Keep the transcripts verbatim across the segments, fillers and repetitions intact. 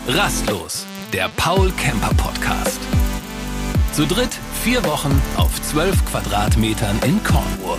Rastlos, der Paul Camper Podcast. Zu dritt vier Wochen auf zwölf Quadratmetern in Cornwall.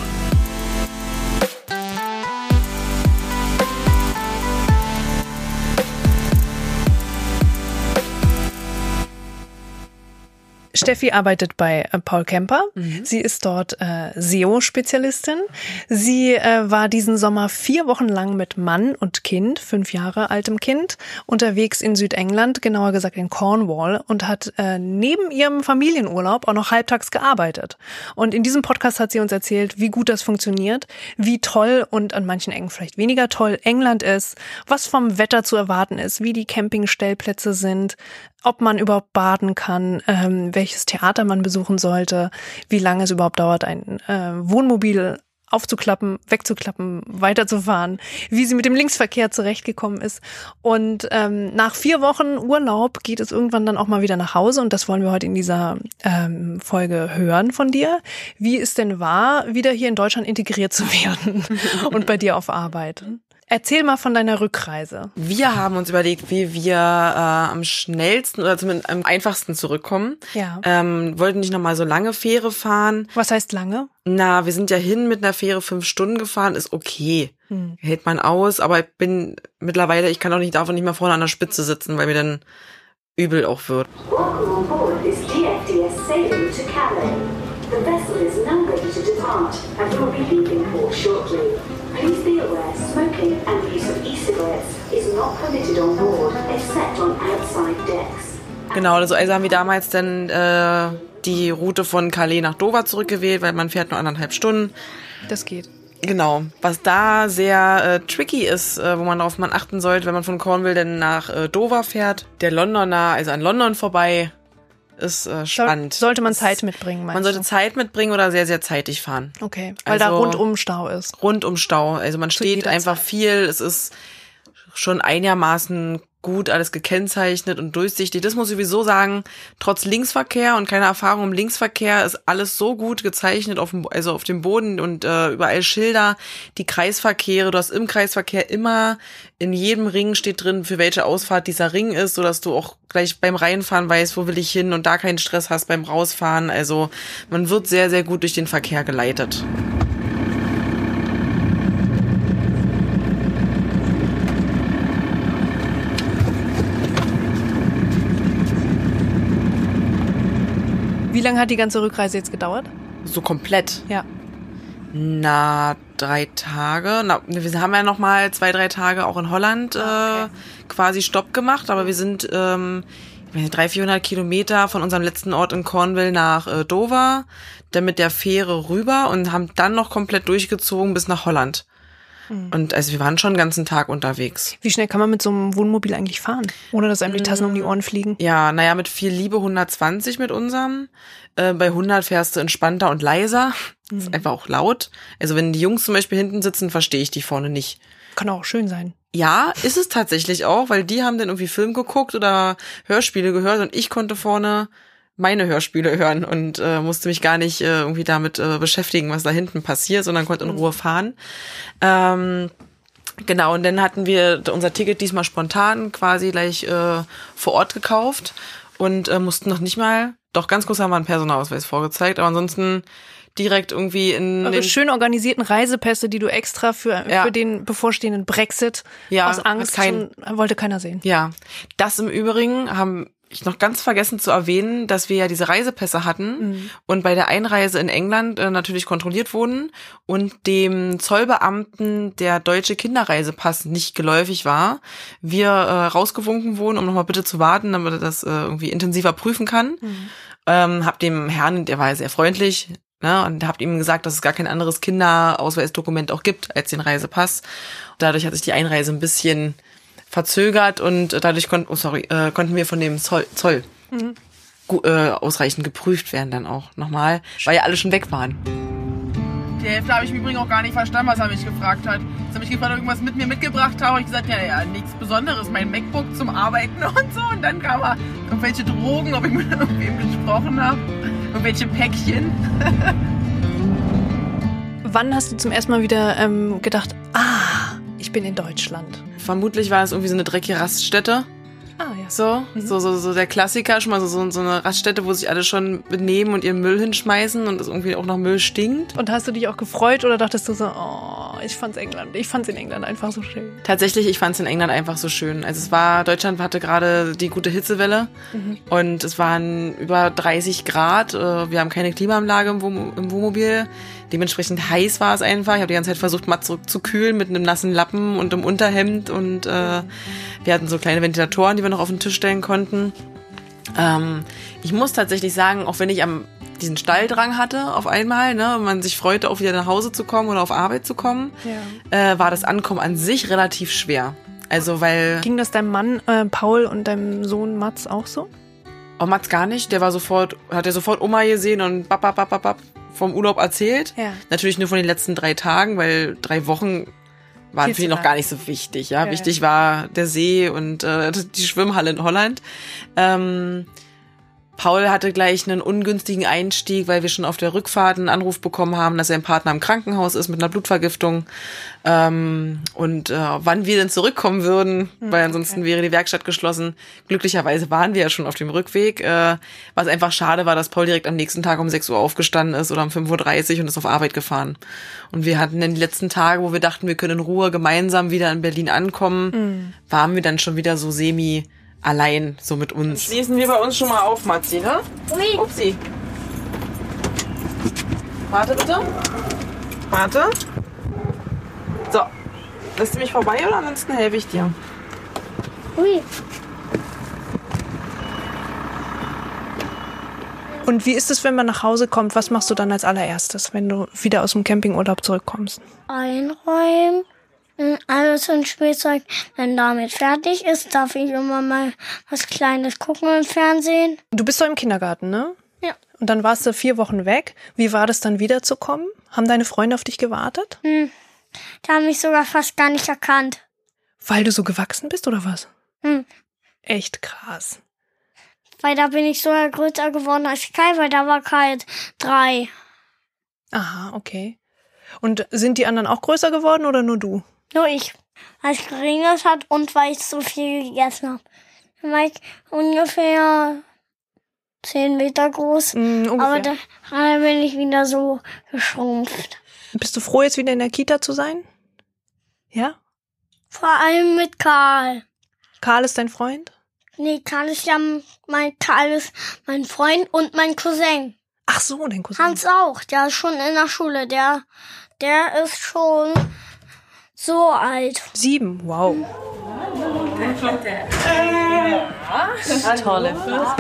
Steffi arbeitet bei äh, Paul Camper. Mhm. Sie ist dort äh, S E O-Spezialistin. Sie äh, war diesen Sommer vier Wochen lang mit Mann und Kind, fünf Jahre altem Kind, unterwegs in Südengland, genauer gesagt in Cornwall, und hat äh, neben ihrem Familienurlaub auch noch halbtags gearbeitet. Und in diesem Podcast hat sie uns erzählt, wie gut das funktioniert, wie toll und an manchen Ecken vielleicht weniger toll England ist, was vom Wetter zu erwarten ist, wie die Campingstellplätze sind, ob man überhaupt baden kann, ähm, welches Theater man besuchen sollte, wie lange es überhaupt dauert, ein äh, Wohnmobil aufzuklappen, wegzuklappen, weiterzufahren, wie sie mit dem Linksverkehr zurechtgekommen ist. Und ähm, nach vier Wochen Urlaub geht es irgendwann dann auch mal wieder nach Hause, und das wollen wir heute in dieser ähm, Folge hören von dir, wie es denn war, wieder hier in Deutschland integriert zu werden und bei dir auf Arbeit. Erzähl mal von deiner Rückreise. Wir haben uns überlegt, wie wir äh, am schnellsten oder zumindest am einfachsten zurückkommen. Ja. Ähm, wollten nicht nochmal so lange Fähre fahren. Was heißt lange? Na, wir sind ja hin mit einer Fähre fünf Stunden gefahren, ist okay. Hm. Hält man aus, aber ich bin mittlerweile, ich kann auch nicht davon nicht mehr vorne an der Spitze sitzen, weil mir dann übel auch wird. Welcome on board this G F D S sailing to Calais. The vessel is now ready to depart and will be leaving port shortly. Please be aware, smoking and use of e-cigarettes is not permitted on board, except on outside decks. Genau, also, also haben wir damals dann äh, die Route von Calais nach Dover zurückgewählt, weil man fährt nur anderthalb Stunden. Das geht. Genau, was da sehr äh, tricky ist, äh, wo man darauf man achten sollte, wenn man von Cornwall dann nach äh, Dover fährt, der Londoner, also an London vorbei, ist äh, spannend. Soll, sollte man Zeit mitbringen, meinst Man sollte du? Zeit mitbringen oder sehr, sehr zeitig fahren. Okay, weil also, da rundum Stau ist. Rundum Stau. Also man steht einfach Zeit. viel. Es ist schon einigermaßen gut alles gekennzeichnet und durchsichtig. Das muss ich sowieso sagen, trotz Linksverkehr und keiner Erfahrung im Linksverkehr ist alles so gut gezeichnet, auf dem, also auf dem Boden und äh, überall Schilder. Die Kreisverkehre, du hast im Kreisverkehr immer, in jedem Ring steht drin, für welche Ausfahrt dieser Ring ist, sodass du auch gleich beim Reinfahren weißt, wo will ich hin und da keinen Stress hast beim Rausfahren. Also man wird sehr, sehr gut durch den Verkehr geleitet. Wie lange hat die ganze Rückreise jetzt gedauert? So komplett? Ja. Na, drei Tage. Na, wir haben ja noch mal zwei, drei Tage auch in Holland ah, okay. äh, quasi Stopp gemacht, aber wir sind ähm, dreihundert, vierhundert Kilometer von unserem letzten Ort in Cornwall nach äh, Dover, dann mit der Fähre rüber und haben dann noch komplett durchgezogen bis nach Holland. Mhm. Und also wir waren schon den ganzen Tag unterwegs. Wie schnell kann man mit so einem Wohnmobil eigentlich fahren, ohne dass einem die Tassen um die Ohren fliegen? Ja, naja, mit viel Liebe hundertzwanzig mit unserem. Äh, bei hundert fährst du entspannter und leiser. Mhm. Ist einfach auch laut. Also wenn die Jungs zum Beispiel hinten sitzen, verstehe ich die vorne nicht. Kann auch schön sein. Ja, ist es tatsächlich auch, weil die haben dann irgendwie Film geguckt oder Hörspiele gehört und ich konnte vorne meine Hörspiele hören und äh, musste mich gar nicht äh, irgendwie damit äh, beschäftigen, was da hinten passiert, sondern konnte in Ruhe fahren. Ähm, genau, und dann hatten wir unser Ticket diesmal spontan quasi gleich äh, vor Ort gekauft und äh, mussten noch nicht mal, doch ganz kurz haben wir einen Personalausweis vorgezeigt, aber ansonsten direkt irgendwie in Eure den schön organisierten Reisepässe, die du extra für, ja. für den bevorstehenden Brexit ja, aus Angst kein, schon, wollte keiner sehen. Ja, das im Übrigen haben ich noch ganz vergessen zu erwähnen, dass wir ja diese Reisepässe hatten mhm. und bei der Einreise in England äh, natürlich kontrolliert wurden und dem Zollbeamten der deutsche Kinderreisepass nicht geläufig war. Wir äh, rausgewunken wurden, um nochmal bitte zu warten, damit er das äh, irgendwie intensiver prüfen kann. Mhm. Ähm, hab dem Herrn, der war sehr freundlich, ne, und habt ihm gesagt, dass es gar kein anderes Kinderausweisdokument auch gibt als den Reisepass. Dadurch hat sich die Einreise ein bisschen verzögert und dadurch kon- oh, sorry, äh, konnten wir von dem Zoll, Zoll mhm. gu- äh, ausreichend geprüft werden dann auch nochmal, weil ja alle schon weg waren. Die Hälfte habe ich im Übrigen auch gar nicht verstanden, was er mich gefragt hat. Jetzt habe ich gefragt, ob ich irgendwas mit mir mitgebracht habe. Ich gesagt, ja, ja, nichts Besonderes, mein MacBook zum Arbeiten und so. Und dann kam er, irgendwelche Drogen, ob ich mit irgendwem gesprochen habe, irgendwelche Päckchen. Wann hast du zum ersten Mal wieder ähm, gedacht, ah, ich bin in Deutschland? Vermutlich war es irgendwie so eine dreckige Raststätte. Ah, ja. So, mhm. so, so, so der Klassiker, schon mal so, so, so eine Raststätte, wo sich alle schon benehmen und ihren Müll hinschmeißen und es irgendwie auch nach Müll stinkt. Und hast du dich auch gefreut oder dachtest du so, oh, ich fand's England, ich fand's in England einfach so schön? Tatsächlich, ich fand's in England einfach so schön. Also es war, Deutschland hatte gerade die gute Hitzewelle mhm. und es waren über dreißig Grad. Wir haben keine Klimaanlage im, Wohn- im Wohnmobil. Dementsprechend heiß war es einfach. Ich habe die ganze Zeit versucht, mal zurückzukühlen mit einem nassen Lappen und einem Unterhemd. Und äh, wir hatten so kleine Ventilatoren, die wir noch auf den Tisch stellen konnten. Ähm, ich muss tatsächlich sagen, auch wenn ich am diesen Stalldrang hatte auf einmal, ne, und man sich freute, auch wieder nach Hause zu kommen oder auf Arbeit zu kommen, ja. äh, war das Ankommen an sich relativ schwer. Also weil ging das deinem Mann äh, Paul und deinem Sohn Mats auch so? Oh, Mats gar nicht. Der war sofort, hat er sofort Oma gesehen und bap, bap, bap, bap, bap vom Urlaub erzählt. Ja. Natürlich nur von den letzten drei Tagen, weil drei Wochen waren Viel für ihn noch gar nicht so wichtig. Ja, ja wichtig ja. war der See und äh, die Schwimmhalle in Holland. Ähm, Paul hatte gleich einen ungünstigen Einstieg, weil wir schon auf der Rückfahrt einen Anruf bekommen haben, dass sein Partner im Krankenhaus ist mit einer Blutvergiftung. Ähm, und äh, wann wir denn zurückkommen würden, mhm, weil ansonsten okay. wäre die Werkstatt geschlossen. Glücklicherweise waren wir ja schon auf dem Rückweg. Äh, was einfach schade war, dass Paul direkt am nächsten Tag um sechs Uhr aufgestanden ist oder um fünf Uhr dreißig und ist auf Arbeit gefahren. Und wir hatten in den letzten Tagen, wo wir dachten, wir können in Ruhe gemeinsam wieder in Berlin ankommen, mhm. waren wir dann schon wieder so semi allein, so mit uns. Schließen wir bei uns schon mal auf, Matzi, ne? Oui. Upsi. Warte bitte. Warte. So. Lässt du mich vorbei oder ansonsten helfe ich dir? Oui. Und wie ist es, wenn man nach Hause kommt? Was machst du dann als allererstes, wenn du wieder aus dem Campingurlaub zurückkommst? Einräumen. Alles in Spielzeug. Wenn damit fertig ist, darf ich immer mal was Kleines gucken im Fernsehen. Du bist doch im Kindergarten, ne? Ja. Und dann warst du vier Wochen weg. Wie war das dann wiederzukommen? Haben deine Freunde auf dich gewartet? Hm. Die haben mich sogar fast gar nicht erkannt. Weil du so gewachsen bist, oder was? Hm. Echt krass. Weil da bin ich sogar größer geworden als Kai, weil da war Kai drei. Aha, okay. Und sind die anderen auch größer geworden oder nur du? Nur ich, weil ich geringes hat und weil ich so viel gegessen habe. Dann war ich ungefähr zehn Meter groß, mm, aber da bin ich wieder so geschrumpft. Bist du froh, jetzt wieder in der Kita zu sein? Ja? Vor allem mit Karl. Karl ist dein Freund? Nee, Karl ist ja mein, Karl ist mein Freund und mein Cousin. Ach so, dein Cousin. Hans auch, der ist schon in der Schule, der, der ist schon so alt. Sieben, wow. Tolle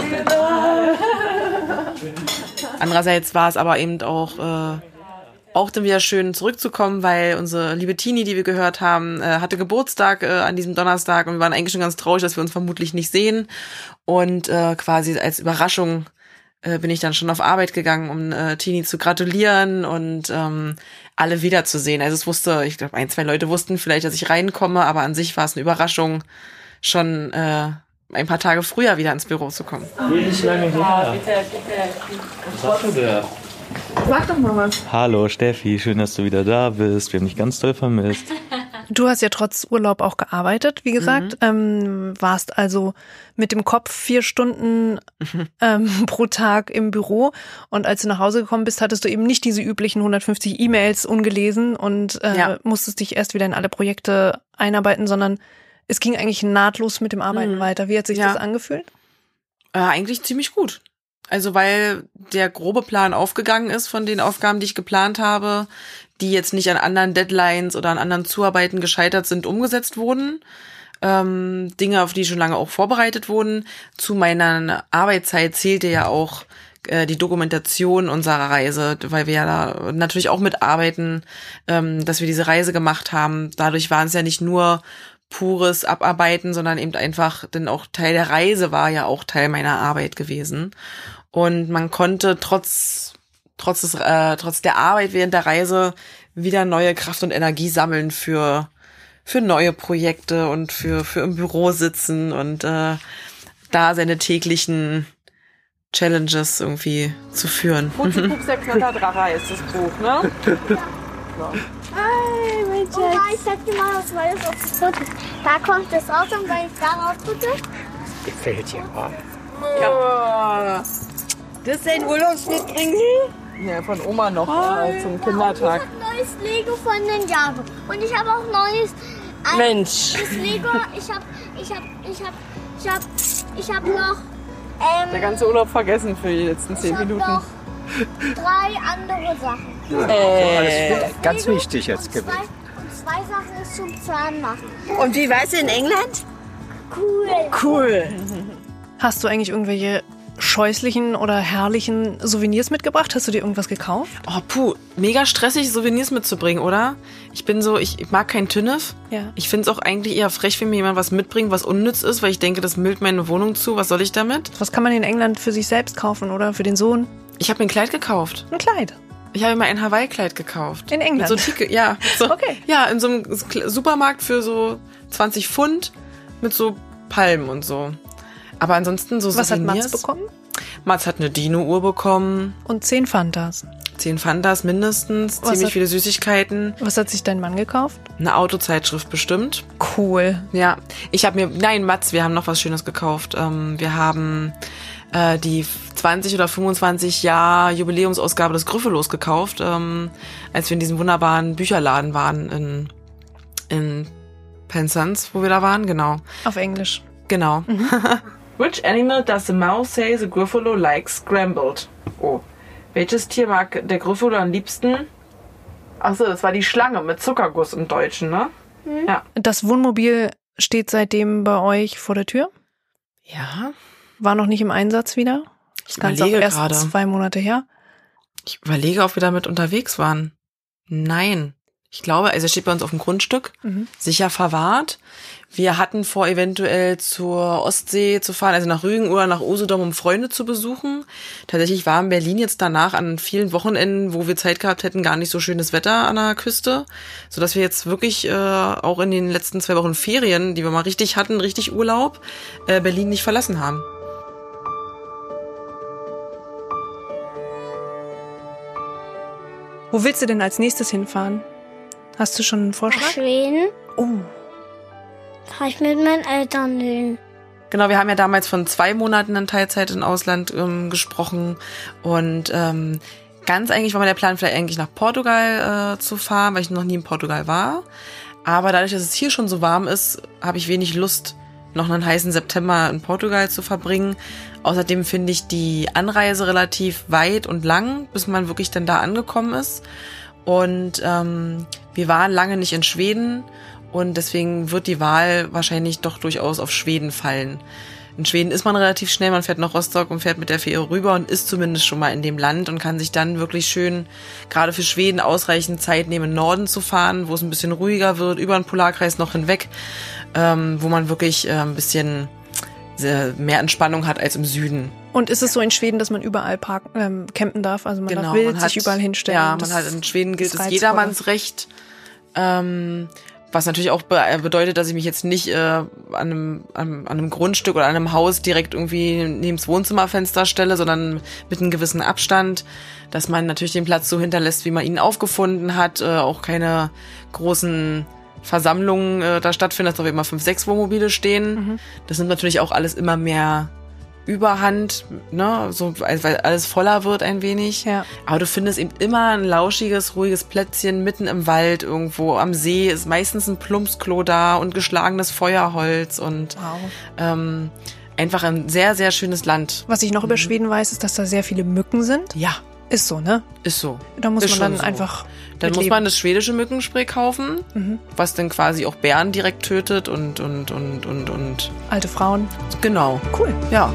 Andererseits war es aber eben auch, äh, auch dann wieder schön zurückzukommen, weil unsere liebe Tini, die wir gehört haben, äh, hatte Geburtstag äh, an diesem Donnerstag und wir waren eigentlich schon ganz traurig, dass wir uns vermutlich nicht sehen. Und äh, quasi als Überraschung äh, bin ich dann schon auf Arbeit gegangen, um äh, Tini zu gratulieren und ähm, alle wiederzusehen. Also es wusste, ich glaube, ein, zwei Leute wussten vielleicht, dass ich reinkomme, aber an sich war es eine Überraschung, schon äh, ein paar Tage früher wieder ins Büro zu kommen. Ewig lange her. Was sagst du da? Sag doch mal was. Hallo Steffi, schön, dass du wieder da bist. Wir haben dich ganz doll vermisst. Du hast ja trotz Urlaub auch gearbeitet, wie gesagt. Mhm. Ähm, warst also mit dem Kopf vier Stunden mhm. ähm, pro Tag im Büro. Und als du nach Hause gekommen bist, hattest du eben nicht diese üblichen hundertfünfzig E-Mails ungelesen und äh, ja. musstest dich erst wieder in alle Projekte einarbeiten, sondern es ging eigentlich nahtlos mit dem Arbeiten mhm. weiter. Wie hat sich ja. das angefühlt? Äh, eigentlich ziemlich gut. Also weil der grobe Plan aufgegangen ist von den Aufgaben, die ich geplant habe, die jetzt nicht an anderen Deadlines oder an anderen Zuarbeiten gescheitert sind, umgesetzt wurden. Ähm, Dinge, auf die schon lange auch vorbereitet wurden. Zu meiner Arbeitszeit zählte ja auch äh, die Dokumentation unserer Reise, weil wir ja da natürlich auch mitarbeiten, ähm, dass wir diese Reise gemacht haben. Dadurch waren es ja nicht nur pures Abarbeiten, sondern eben einfach, denn auch Teil der Reise war ja auch Teil meiner Arbeit gewesen. Und man konnte trotz trotz des äh, trotz der Arbeit während der Reise wieder neue Kraft und Energie sammeln für für neue Projekte und für für im Büro sitzen und äh, da seine täglichen Challenges irgendwie zu führen. Putzi Pups, der Knatterdrache heißt das Buch, ne? So. Hi, mein Schatz. Oh, ich sag dir mal was Neues auf das Foto. Da kommt das raus und wenn ich da raus gucke, Gefällt dir, wa? Ja. Das ist ein Urlaubsmitbringen? Ja, von Oma noch äh, zum Kindertag. Ich habe neues Lego von Ninjago. Und ich habe auch neues... Ein, Mensch. Das Lego, ich habe, ich habe, ich habe, ich habe, ich habe noch... Ähm, Der ganze Urlaub vergessen für die letzten ich zehn habe Minuten. noch drei andere Sachen. Äh, alles Das ganz Lego wichtig jetzt und zwei, gewesen. und zwei Sachen ist zum Zahn machen. Und wie war's in England? Cool. Cool. Hast du eigentlich irgendwelche scheußlichen oder herrlichen Souvenirs mitgebracht? Hast du dir irgendwas gekauft? Oh, puh, mega stressig, Souvenirs mitzubringen, oder? Ich bin so, ich, ich mag keinen Tünnef. Ja. Ich finde es auch eigentlich eher frech, wenn mir jemand was mitbringt, was unnütz ist, weil ich denke, das müllt meine Wohnung zu. Was soll ich damit? Was kann man in England für sich selbst kaufen oder für den Sohn? Ich habe mir ein Kleid gekauft. Ein Kleid. Ich habe mir ein Hawaii-Kleid gekauft. In England? Mit so Ticket, ja. So, Okay. Ja, in so einem Supermarkt für so zwanzig Pfund mit so Palmen und so. Aber ansonsten so Was hat Souvenirs. Mats bekommen? Mats hat eine Dino-Uhr bekommen, Und zehn Fantas. zehn Fantas mindestens, Was ziemlich hat- viele Süßigkeiten, Was hat sich dein Mann gekauft? eine Autozeitschrift bestimmt. Cool. Ja, ich habe mir, nein, Mats, wir haben noch was Schönes gekauft. Ähm, wir haben äh, die zwanzig oder fünfundzwanzig Jahr Jubiläumsausgabe des Gryffelos gekauft, ähm, als wir in diesem wunderbaren Bücherladen waren in, in Penzance, wo wir da waren, genau. Auf Englisch. Genau. Which animal does the mouse say the Gryffalo likes scrambled? Oh. Welches Tier mag der Gryffalo am liebsten? Achso, das war die Schlange mit Zuckerguss im Deutschen, ne? Ja. Das Wohnmobil steht seitdem bei euch vor der Tür? Ja. War noch nicht im Einsatz wieder? Ich Das Ganze auch überlege erst gerade. zwei Monate her. Ich überlege, ob wir damit unterwegs waren. Nein. Ich glaube, also er steht bei uns auf dem Grundstück, Mhm. sicher verwahrt. Wir hatten vor, eventuell zur Ostsee zu fahren, also nach Rügen oder nach Usedom, um Freunde zu besuchen. Tatsächlich war in Berlin jetzt danach an vielen Wochenenden, wo wir Zeit gehabt hätten, gar nicht so schönes Wetter an der Küste, sodass wir jetzt wirklich äh, auch in den letzten zwei Wochen Ferien, die wir mal richtig hatten, richtig Urlaub, äh, Berlin nicht verlassen haben. Wo willst du denn als nächstes hinfahren? Hast du schon einen Nach Vorschlag? Schweden Oh, fahre ich mit meinen Eltern hin. Genau, wir haben ja damals von zwei Monaten in Teilzeit im Ausland ähm, gesprochen und ähm, ganz eigentlich war mal der Plan, vielleicht eigentlich nach Portugal äh, zu fahren, weil ich noch nie in Portugal war. Aber dadurch, dass es hier schon so warm ist, habe ich wenig Lust, noch einen heißen September in Portugal zu verbringen. Außerdem finde ich die Anreise relativ weit und lang, bis man wirklich dann da angekommen ist. Und ähm, wir waren lange nicht in Schweden und deswegen wird die Wahl wahrscheinlich doch durchaus auf Schweden fallen. In Schweden ist man relativ schnell, man fährt nach Rostock und fährt mit der Fähre rüber und ist zumindest schon mal in dem Land und kann sich dann wirklich schön, gerade für Schweden, ausreichend Zeit nehmen, in den Norden zu fahren, wo es ein bisschen ruhiger wird, über den Polarkreis noch hinweg, ähm, wo man wirklich äh, ein bisschen äh, mehr Entspannung hat als im Süden. und ist es so in Schweden, dass man überall parken, ähm, campen darf? Also man Genau, darf wild man hat, sich überall hinstellen? Ja, Das man hat in Schweden gilt ist es reizvoll. jedermannsrecht. Ähm, was natürlich auch be bedeutet, dass ich mich jetzt nicht äh, an, einem, an, an einem Grundstück oder an einem Haus direkt irgendwie neben das Wohnzimmerfenster stelle, sondern mit einem gewissen Abstand, dass man natürlich den Platz so hinterlässt, wie man ihn aufgefunden hat, äh, auch keine großen Versammlungen äh, da stattfinden, dass doch immer fünf, sechs Wohnmobile stehen. Mhm. Das nimmt natürlich auch alles immer mehr Überhand, ne, so, weil alles voller wird ein wenig. Ja. Aber du findest eben immer ein lauschiges, ruhiges Plätzchen mitten im Wald irgendwo. Am See ist meistens ein Plumpsklo da und geschlagenes Feuerholz und Wow. ähm, einfach ein sehr, sehr schönes Land. Was ich noch über Schweden weiß, ist, dass da sehr viele Mücken sind. Ja, Ist so, ne? ist so. Da muss Ist man schon dann so. einfach Dann muss mitleben. man das schwedische Mückenspray kaufen, Mhm. was dann quasi auch Bären direkt tötet und, und, und, und, und, Alte Frauen. genau. Cool. Ja.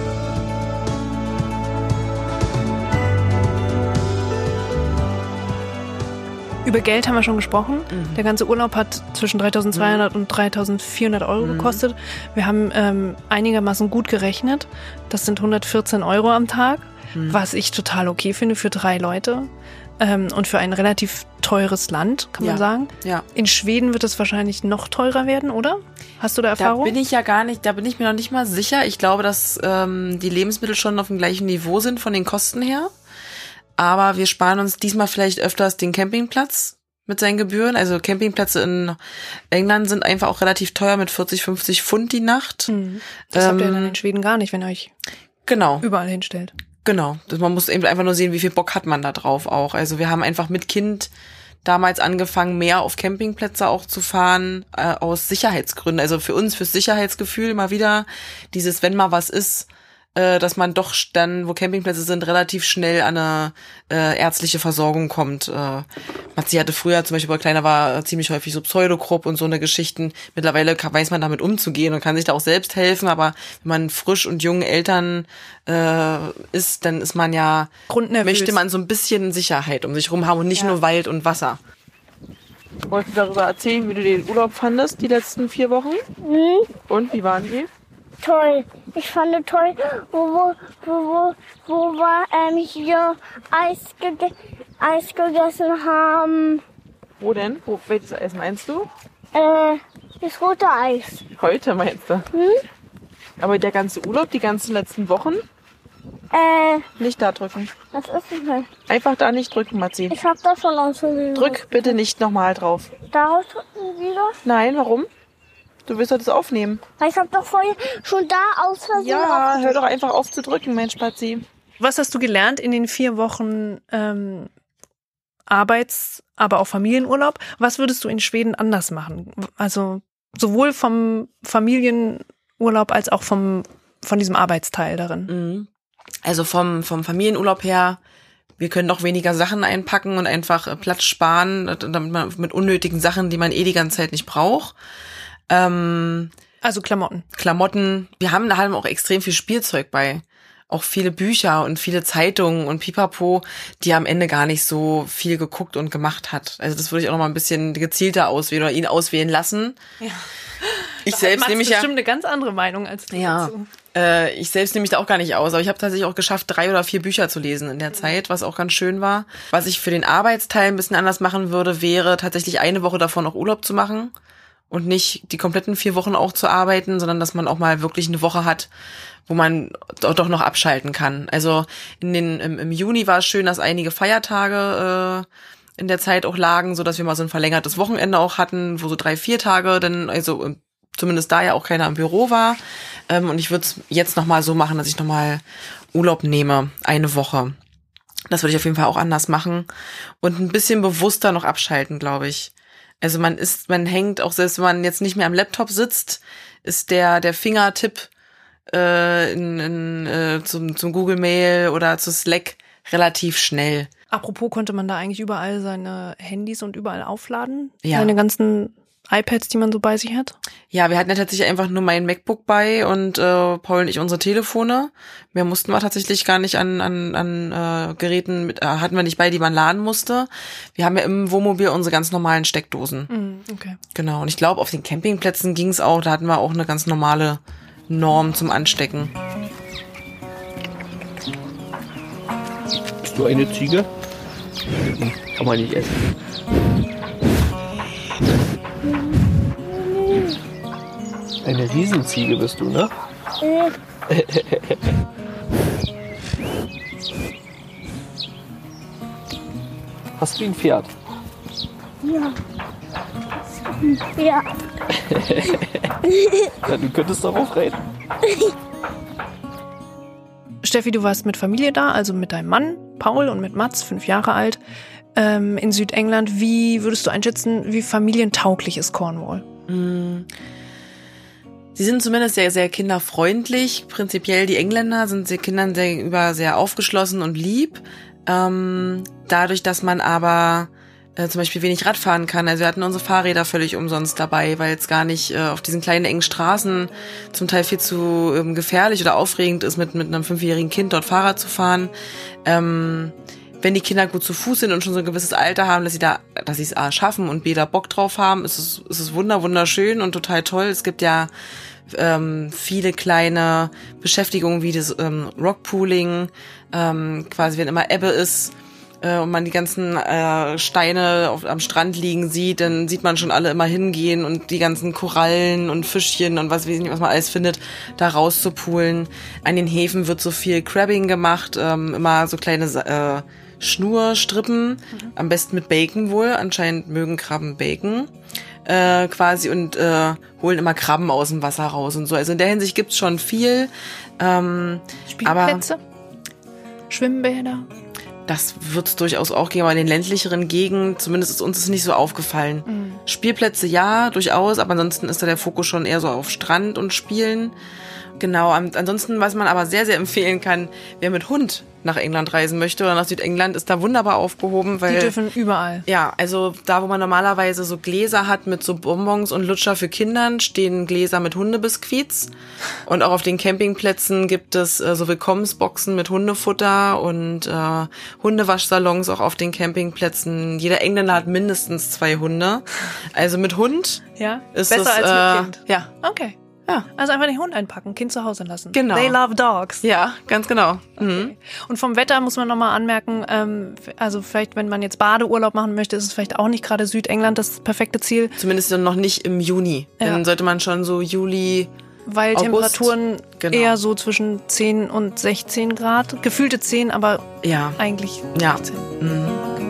Über Geld haben wir schon gesprochen. Mhm. Der ganze Urlaub hat zwischen dreitausendzweihundert und dreitausendvierhundert Euro Mhm. gekostet. Wir haben ähm, einigermaßen gut gerechnet. Das sind hundertvierzehn Euro am Tag, Mhm. was ich total okay finde für drei Leute. Ähm, und für ein relativ teures Land, kann man Ja. sagen. Ja. In Schweden wird es wahrscheinlich noch teurer werden, oder? Hast du da Da Erfahrung? bin ich ja gar nicht, da bin ich mir noch nicht mal sicher. Ich glaube, dass ähm, die Lebensmittel schon auf dem gleichen Niveau sind von den Kosten her. Aber wir sparen uns diesmal vielleicht öfters den Campingplatz mit seinen Gebühren. Also Campingplätze in England sind einfach auch relativ teuer mit vierzig, fünfzig Pfund die Nacht. Mhm. Das ähm, habt ihr dann in Schweden gar nicht, wenn ihr euch genau. überall hinstellt. Genau. Man muss eben einfach nur sehen, wie viel Bock hat man da drauf auch. Also wir haben einfach mit Kind damals angefangen, mehr auf Campingplätze auch zu fahren, äh, aus Sicherheitsgründen. Also für uns, fürs Sicherheitsgefühl mal wieder dieses, wenn mal was ist, äh, dass man doch dann, wo Campingplätze sind, relativ schnell an eine äh, ärztliche Versorgung kommt. Äh, Matzi hatte früher zum Beispiel, wo er kleiner war, äh, ziemlich häufig so Pseudokrupp und so eine Geschichten. Mittlerweile kann, weiß man damit umzugehen und kann sich da auch selbst helfen, aber wenn man frisch und jungen Eltern äh, ist, dann ist man ja, möchte man so ein bisschen Sicherheit um sich rum haben und nicht ja. nur Wald und Wasser. Wolltest du darüber erzählen, wie du den Urlaub fandest, die letzten vier Wochen? Mhm. Und, wie waren die? Toll. Ich fand es toll, wo, wo, wo, wo, wo wir ähm, hier Eis, ge- Eis gegessen haben. Wo denn? Wo, welches Eis meinst du? Äh, das rote Eis. Heute meinst du? Hm? Aber der ganze Urlaub, die ganzen letzten Wochen? Äh. Nicht da drücken. Was ist denn das? Einfach da nicht drücken, Matzi. Ich hab das schon ausprobiert. Drück bitte nicht nochmal drauf. Daraus drücken wieder? Nein, warum? Du willst doch das aufnehmen. Ich hab doch vorher schon da aus Versehen Ja, hör doch einfach auf zu drücken, Mensch, Spazi. Was hast du gelernt in den vier Wochen ähm, Arbeits-, aber auch Familienurlaub? Was würdest du in Schweden anders machen? Also sowohl vom Familienurlaub als auch vom von diesem Arbeitsteil darin. Also vom vom Familienurlaub her, wir können noch weniger Sachen einpacken und einfach Platz sparen, damit man mit unnötigen Sachen, die man eh die ganze Zeit nicht braucht. Ähm, also Klamotten. Klamotten. Wir haben da halt auch extrem viel Spielzeug bei. Auch viele Bücher und viele Zeitungen und Pipapo, die am Ende gar nicht so viel geguckt und gemacht hat. Also das würde ich auch noch mal ein bisschen gezielter auswählen oder ihn auswählen lassen. Ja. Ich selbst nehme ich ja bestimmt eine ganz andere Meinung als du. Ja. Dazu. Äh, ich selbst nehme mich da auch gar nicht aus, aber ich habe tatsächlich auch geschafft, drei oder vier Bücher zu lesen in der Zeit, was auch ganz schön war. Was ich für den Arbeitsteil ein bisschen anders machen würde, wäre tatsächlich eine Woche davon noch Urlaub zu machen. Und nicht die kompletten vier Wochen auch zu arbeiten, sondern dass man auch mal wirklich eine Woche hat, wo man doch noch abschalten kann. Also in den im, im Juni war es schön, dass einige Feiertage äh, in der Zeit auch lagen, so dass wir mal so ein verlängertes Wochenende auch hatten, wo so drei, vier Tage dann, also zumindest da ja auch keiner im Büro war. Ähm, und ich würde es jetzt noch mal so machen, dass ich noch mal Urlaub nehme, eine Woche. Das würde ich auf jeden Fall auch anders machen und ein bisschen bewusster noch abschalten, glaube ich. Also man ist, man hängt auch, selbst wenn man jetzt nicht mehr am Laptop sitzt, ist der der Fingertipp äh, in, in, äh, zum, zum Google Mail oder zu Slack relativ schnell. Apropos, konnte man da eigentlich überall seine Handys und überall aufladen? Ja. Seine ganzen iPads, die man so bei sich hat? Ja, wir hatten ja tatsächlich einfach nur mein MacBook bei und äh, Paul und ich unsere Telefone. Mehr mussten wir tatsächlich gar nicht an an an äh, Geräten mit, äh, hatten wir nicht bei, die man laden musste. Wir haben ja im Wohnmobil unsere ganz normalen Steckdosen. Mm, okay. Genau. Und ich glaube, auf den Campingplätzen ging es auch. Da hatten wir auch eine ganz normale Norm zum Anstecken. Bist du eine Ziege? Kann man nicht essen. Eine Riesenziege bist du, ne? Äh. Hast du ein Pferd? Ja. Ja. Ja, du könntest darauf reiten. Steffi, du warst mit Familie da, also mit deinem Mann, Paul, und mit Mats, fünf Jahre alt, ähm, in Südengland. Wie würdest du einschätzen, wie familientauglich ist Cornwall? Mm. Sie sind zumindest sehr, sehr kinderfreundlich. Prinzipiell die Engländer sind den Kindern gegenüber sehr aufgeschlossen und lieb. Ähm, dadurch, dass man aber äh, zum Beispiel wenig Radfahren kann. Also wir hatten unsere Fahrräder völlig umsonst dabei, weil es gar nicht äh, auf diesen kleinen engen Straßen zum Teil viel zu ähm, gefährlich oder aufregend ist, mit mit einem fünfjährigen Kind dort Fahrrad zu fahren. Ähm, wenn die Kinder gut zu Fuß sind und schon so ein gewisses Alter haben, dass sie da, dass sie es A schaffen und B da Bock drauf haben, ist es, ist es wunder, wunderschön und total toll. Es gibt ja ähm, viele kleine Beschäftigungen wie das ähm, Rockpooling, ähm, quasi wenn immer Ebbe ist äh, und man die ganzen äh, Steine auf, am Strand liegen sieht, dann sieht man schon alle immer hingehen und die ganzen Korallen und Fischchen und was weiß ich nicht, was man alles findet, da rauszupoolen. An den Häfen wird so viel Crabbing gemacht, ähm, immer so kleine äh, Schnurstrippen, mhm. am besten mit Bacon wohl. Anscheinend mögen Krabben Bacon. Äh, quasi und äh, holen immer Krabben aus dem Wasser raus und so. Also in der Hinsicht gibt's schon viel. Ähm, Spielplätze? Aber Schwimmbäder? Das wird's durchaus auch geben, aber in den ländlicheren Gegenden, zumindest ist uns das nicht so aufgefallen. Mhm. Spielplätze ja, durchaus, aber ansonsten ist da der Fokus schon eher so auf Strand und Spielen. Genau, ansonsten, was man aber sehr, sehr empfehlen kann, wer mit Hund nach England reisen möchte oder nach Südengland, ist da wunderbar aufgehoben, weil... Die dürfen überall. Ja, also da, wo man normalerweise so Gläser hat mit so Bonbons und Lutscher für Kindern, stehen Gläser mit Hundebiskuits. Und auch auf den Campingplätzen gibt es äh, so Willkommensboxen mit Hundefutter und äh, Hundewaschsalons auch auf den Campingplätzen. Jeder Engländer hat mindestens zwei Hunde. Also mit Hund ja? ist Besser das... als äh, mit Kind. Ja. Okay. Ja. Also einfach den Hund einpacken, Kind zu Hause lassen. Genau. They love dogs. Ja, ganz genau. Okay. Mhm. Und vom Wetter muss man nochmal anmerken, ähm, also vielleicht, wenn man jetzt Badeurlaub machen möchte, ist es vielleicht auch nicht gerade Südengland das perfekte Ziel. Zumindest noch nicht im Juni. Ja. Dann sollte man schon so Juli, Weil August, Temperaturen genau. eher so zwischen zehn und sechzehn Grad, gefühlte zehn, aber ja. eigentlich ja. sechzehn. Mhm.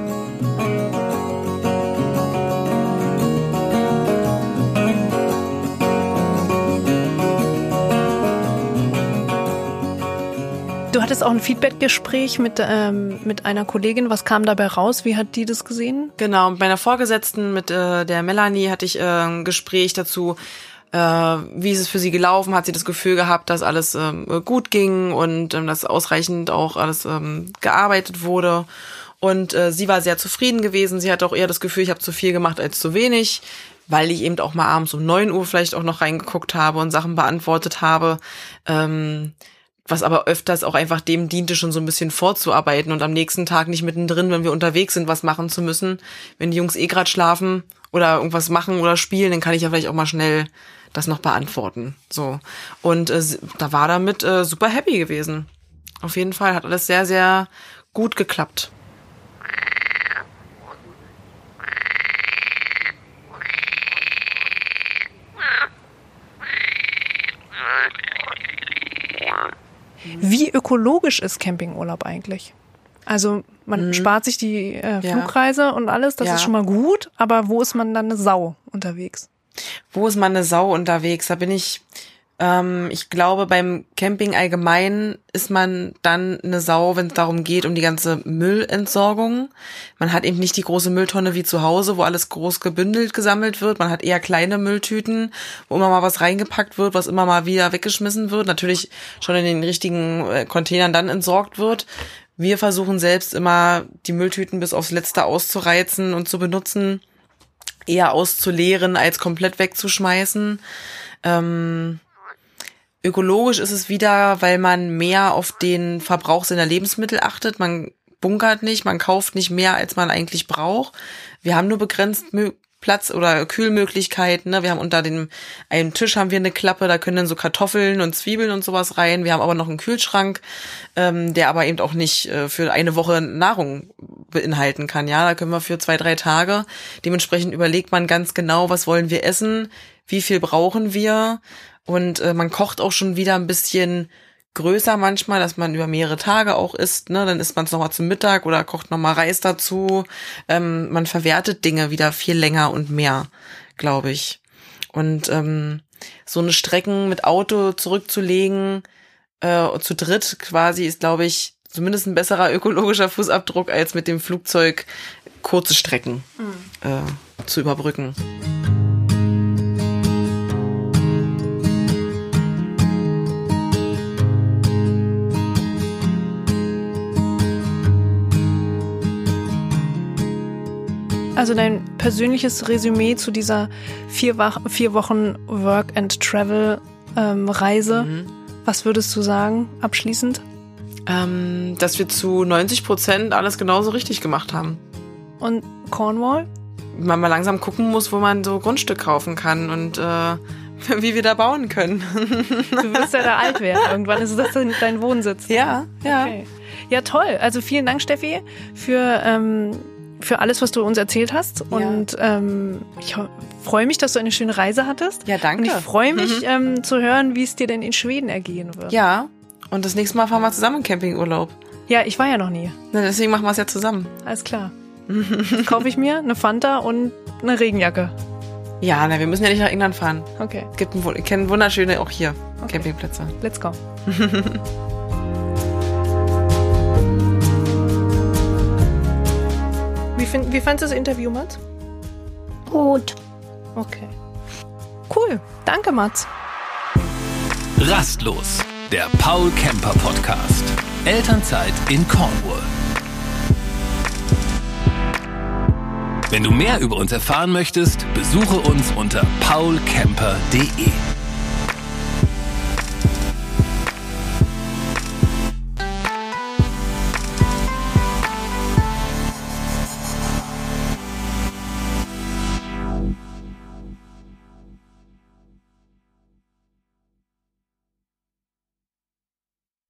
Du hattest auch ein Feedback-Gespräch mit, ähm, mit einer Kollegin. Was kam dabei raus? Wie hat die das gesehen? Genau, mit meiner Vorgesetzten, mit äh, der Melanie, hatte ich äh, ein Gespräch dazu, äh, wie ist es für sie gelaufen? Hat sie das Gefühl gehabt, dass alles ähm, gut ging und ähm, dass ausreichend auch alles ähm, gearbeitet wurde? Und äh, sie war sehr zufrieden gewesen. Sie hatte auch eher das Gefühl, ich habe zu viel gemacht als zu wenig, weil ich eben auch mal abends um neun Uhr vielleicht auch noch reingeguckt habe und Sachen beantwortet habe. Ähm, was aber öfters auch einfach dem diente, schon so ein bisschen vorzuarbeiten und am nächsten Tag nicht mittendrin, wenn wir unterwegs sind, was machen zu müssen. Wenn die Jungs eh gerade schlafen oder irgendwas machen oder spielen, dann kann ich ja vielleicht auch mal schnell das noch beantworten. So. Und äh, da war damit äh, super happy gewesen. Auf jeden Fall hat alles sehr, sehr gut geklappt. Wie ökologisch ist Campingurlaub eigentlich? Also man mhm. spart sich die äh, Flugreise ja. und alles, das ja. ist schon mal gut, aber wo ist man dann eine Sau unterwegs? Wo ist man eine Sau unterwegs? Da bin ich, ähm, ich glaube, beim Camping allgemein ist man dann eine Sau, wenn es darum geht, um die ganze Müllentsorgung. Man hat eben nicht die große Mülltonne wie zu Hause, wo alles groß gebündelt gesammelt wird. Man hat eher kleine Mülltüten, wo immer mal was reingepackt wird, was immer mal wieder weggeschmissen wird. Natürlich schon in den richtigen Containern dann entsorgt wird. Wir versuchen selbst immer, die Mülltüten bis aufs Letzte auszureizen und zu benutzen, eher auszuleeren, als komplett wegzuschmeißen. Ähm, ökologisch ist es wieder, weil man mehr auf den Verbrauchssinn der Lebensmittel achtet. Man bunkert nicht, man kauft nicht mehr, als man eigentlich braucht. Wir haben nur begrenzt Platz oder Kühlmöglichkeiten. Ne? Wir haben unter dem einen Tisch haben wir eine Klappe, da können dann so Kartoffeln und Zwiebeln und sowas rein. Wir haben aber noch einen Kühlschrank, ähm, der aber eben auch nicht äh, für eine Woche Nahrung beinhalten kann. Ja, da können wir für zwei, drei Tage. Dementsprechend überlegt man ganz genau, was wollen wir essen, wie viel brauchen wir. Und äh, man kocht auch schon wieder ein bisschen größer manchmal, dass man über mehrere Tage auch isst, ne? Dann isst man es nochmal zum Mittag oder kocht nochmal Reis dazu. Ähm, man verwertet Dinge wieder viel länger und mehr, glaube ich. Und ähm, so eine Strecken mit Auto zurückzulegen, äh, zu dritt quasi, ist, glaube ich, zumindest ein besserer ökologischer Fußabdruck, als mit dem Flugzeug kurze Strecken mhm. äh, zu überbrücken. Also dein persönliches Resümee zu dieser vier, Wach- vier Wochen Work and Travel ähm, Reise, mhm. was würdest du sagen abschließend? Ähm, dass wir zu neunzig Prozent alles genauso richtig gemacht haben. Und Cornwall? Man mal langsam gucken muss, wo man so Grundstück kaufen kann und äh, wie wir da bauen können. Du wirst ja da alt werden. Irgendwann ist das dein Wohnsitz. Ja, ja. Okay. Ja, toll. Also vielen Dank, Steffi, für... Ähm, für alles, was du uns erzählt hast. Ja. Und ähm, ich ho- freue mich, dass du eine schöne Reise hattest. Ja, danke. Und ich freue mich, mhm. ähm, zu hören, wie es dir denn in Schweden ergehen wird. Ja, Und das nächste Mal fahren wir zusammen in Campingurlaub. Ja, ich war ja noch nie. Na, deswegen machen wir es ja zusammen. Alles klar. Kaufe ich mir eine Fanta und eine Regenjacke. Ja, na, wir müssen ja nicht nach England fahren. Okay. Gibt ein, ich kenne wunderschöne auch hier Okay. Campingplätze. Let's go. Wie, find, wie fandest du das Interview, Mats? Gut. Okay. Cool. Danke, Mats. Rastlos, der Paul Camper Podcast. Elternzeit in Cornwall. Wenn du mehr über uns erfahren möchtest, besuche uns unter paul camper punkt de.